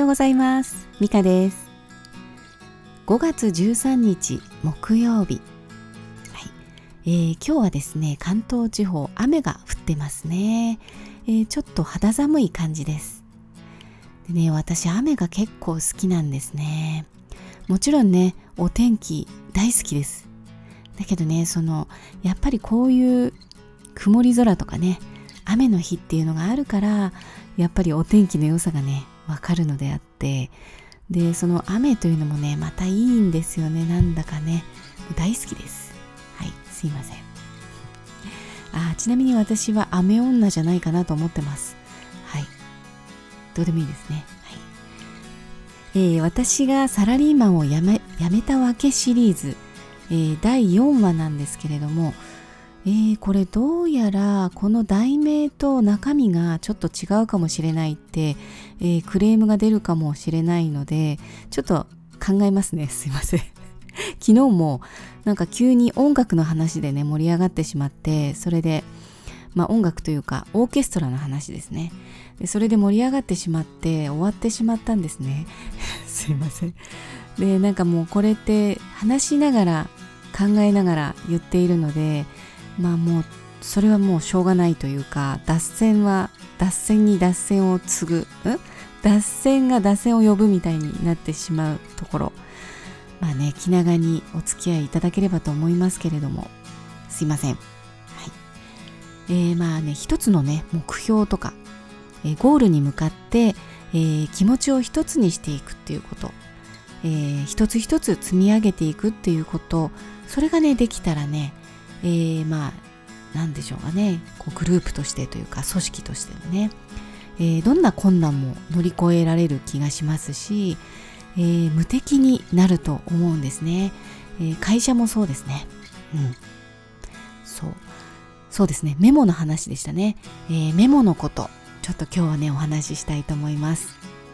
ございます。ミカです。5月13日木曜日、今日はですね、関東地方雨が降ってますね。ちょっと肌寒い感じです。でね、私雨が結構好きなんですね。もちろんね、お天気大好きです。だけどね、やっぱりこういう曇り空とかね、雨の日っていうのがあるから、やっぱりお天気の良さがね、わかるのであって、で、その雨というのもね、またいいんですよね。なんだかね、大好きです。はい、すいません。ちなみに私は雨女じゃないかなと思ってます。はい。どうでもいいですね。はい。私がサラリーマンを辞めたわけシリーズ、第4話なんですけれども、これどうやらこの題名と中身がちょっと違うかもしれないって、クレームが出るかもしれないので、ちょっと考えますね。すいません。昨日もなんか急に音楽の話でね盛り上がってしまって、それで音楽というかオーケストラの話ですね。でそれで盛り上がってしまって終わってしまったんですね。すいません。でなんかもうこれって話しながら考えながら言っているので、もうそれはもうしょうがないというか、脱線に脱線を継ぐ、脱線が脱線を呼ぶみたいになってしまうところ、気長にお付き合いいただければと思いますけれども、すいません。はい。一つのね目標とか、ゴールに向かって、気持ちを一つにしていくっていうこと、一つ一つ積み上げていくっていうこと、それがねできたらね、なんでしょうかね、グループとしてというか組織としてね、どんな困難も乗り越えられる気がしますし、無敵になると思うんですね。会社もそうですね。そうですね。メモの話でしたね。メモのことちょっと今日はねお話ししたいと思います。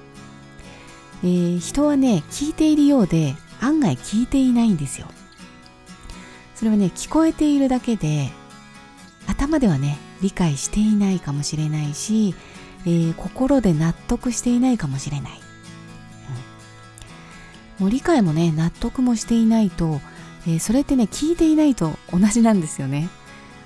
人はね聞いているようで案外聞いていないんですよ。それはね聞こえているだけで頭ではね理解していないかもしれないし、心で納得していないかもしれない。もう理解もね納得もしていないと、それってね聞いていないと同じなんですよね。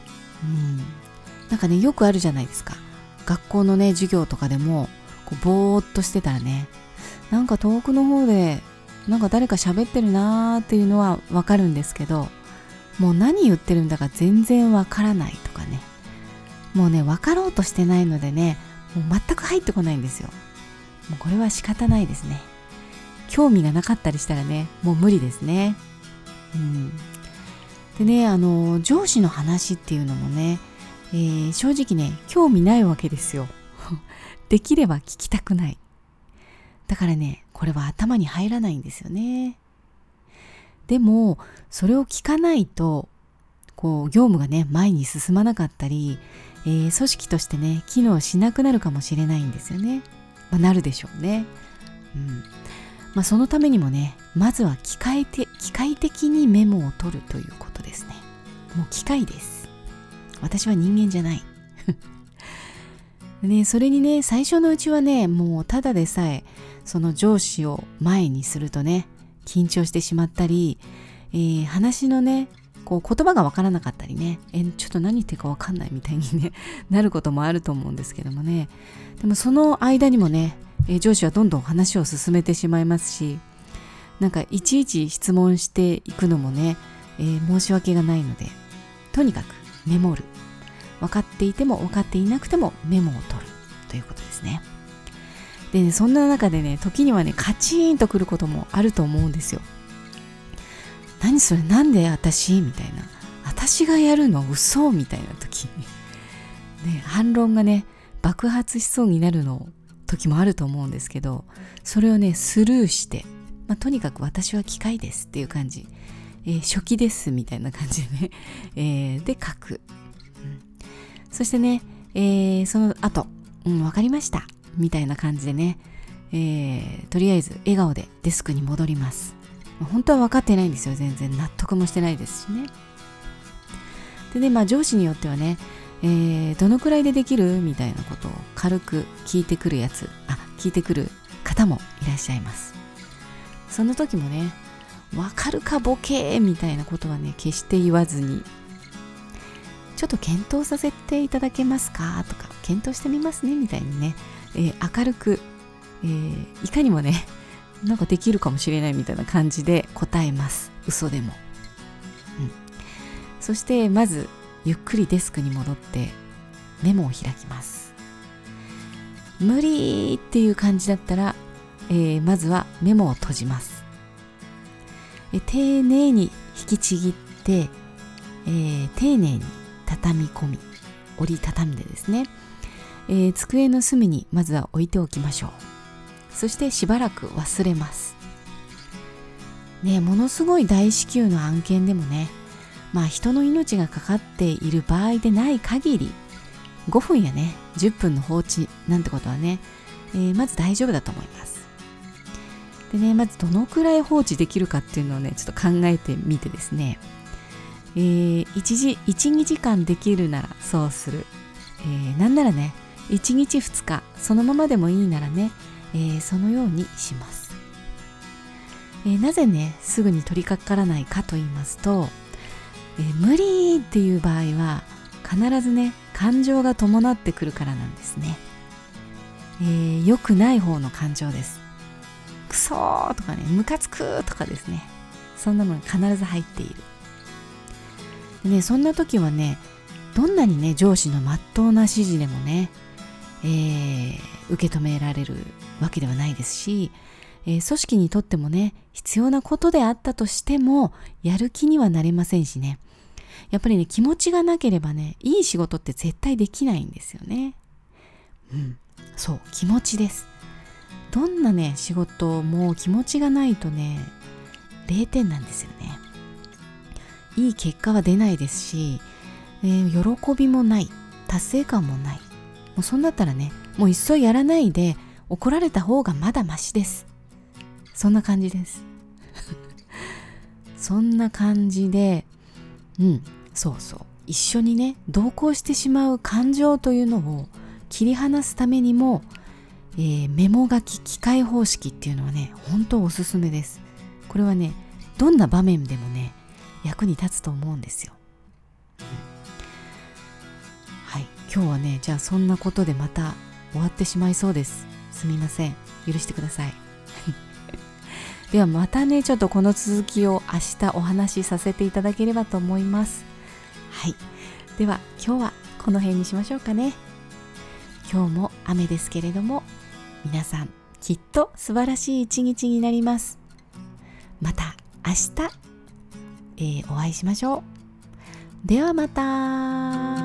なんかねよくあるじゃないですか。学校のね授業とかでもぼーっとしてたらね、なんか遠くの方でなんか誰か喋ってるなーっていうのはわかるんですけど、もう何言ってるんだか全然わからないとかね、もうね分かろうとしてないのでね、もう全く入ってこないんですよ。もうこれは仕方ないですね。興味がなかったりしたらねもう無理ですね。でね、上司の話っていうのもね、正直ね興味ないわけですよ。できれば聞きたくない。だからねこれは頭に入らないんですよね。でもそれを聞かないと業務がね前に進まなかったり、組織としてね機能しなくなるかもしれないんですよね。なるでしょうね。そのためにもねまずは機械的にメモを取るということですね。もう機械です。私は人間じゃない。ね、それにね最初のうちはねもうただでさえその上司を前にするとね緊張してしまったり、話のね言葉がわからなかったりね、ちょっと何言ってるかわかんないみたいにねなることもあると思うんですけどもね。でもその間にもね、上司はどんどん話を進めてしまいますし、なんかいちいち質問していくのもね、申し訳がないので、とにかくメモる。分かっていても分かっていなくてもメモを取るということですね。でね、そんな中でね時にはねカチーンとくることもあると思うんですよ。何それ、なんで私みたいな、私がやるの嘘みたいな時に、ね、反論がね爆発しそうになる時もあると思うんですけど、それをねスルーして、とにかく私は機械ですっていう感じ、初期ですみたいな感じでね、で書く、そしてね、その後、わかりましたみたいな感じでね、とりあえず笑顔でデスクに戻ります。本当は分かってないんですよ。全然納得もしてないですしね。でね、上司によってはね、どのくらいでできるみたいなことを軽く聞いてくる方もいらっしゃいます。その時もね、わかるかボケーみたいなことはね、決して言わずに、ちょっと検討させていただけますかとか、検討してみますねみたいにね、明るく、いかにもね、なんかできるかもしれないみたいな感じで答えます。嘘でも。そしてまずゆっくりデスクに戻ってメモを開きます。無理っていう感じだったら、まずはメモを閉じます。丁寧に引きちぎって、丁寧に畳み込み、折りたたんでですね、机の隅にまずは置いておきましょう。そしてしばらく忘れます。ね、ものすごい大至急の案件でもね、人の命がかかっている場合でない限り、5分やね、10分の放置なんてことはね、まず大丈夫だと思います。でね、まずどのくらい放置できるかっていうのをね、ちょっと考えてみてですね、1、2時間できるならそうする。なんならね、1日2日、そのままでもいいならね、そのようにします。なぜね、すぐに取り掛からないかと言いますと、無理っていう場合は、必ずね、感情が伴ってくるからなんですね。良くない方の感情です。クソーとかね、ムカつくとかですね。そんなのが必ず入っている。でね、そんな時はね、どんなにね、上司の真っ当な指示でもね、受け止められるわけではないですし、組織にとってもね、必要なことであったとしても、やる気にはなれませんしね。やっぱりね、気持ちがなければね、いい仕事って絶対できないんですよね。そう、気持ちです。どんなね、仕事も気持ちがないとね、0点なんですよね。いい結果は出ないですし、喜びもない、達成感もない。もうそんだったらね、もういっそやらないで怒られた方がまだマシです。そんな感じです。そんな感じで、そうそう。一緒にね、同行してしまう感情というのを切り離すためにも、メモ書き機械方式っていうのはね、本当おすすめです。これはね、どんな場面でもね、役に立つと思うんですよ。はい、今日はね、じゃあそんなことでまた終わってしまいそうです。すみません。許してください。ではまたね、ちょっとこの続きを明日お話しさせていただければと思います。はい。では今日はこの辺にしましょうかね。今日も雨ですけれども、皆さんきっと素晴らしい一日になります。また明日、お会いしましょう。ではまた。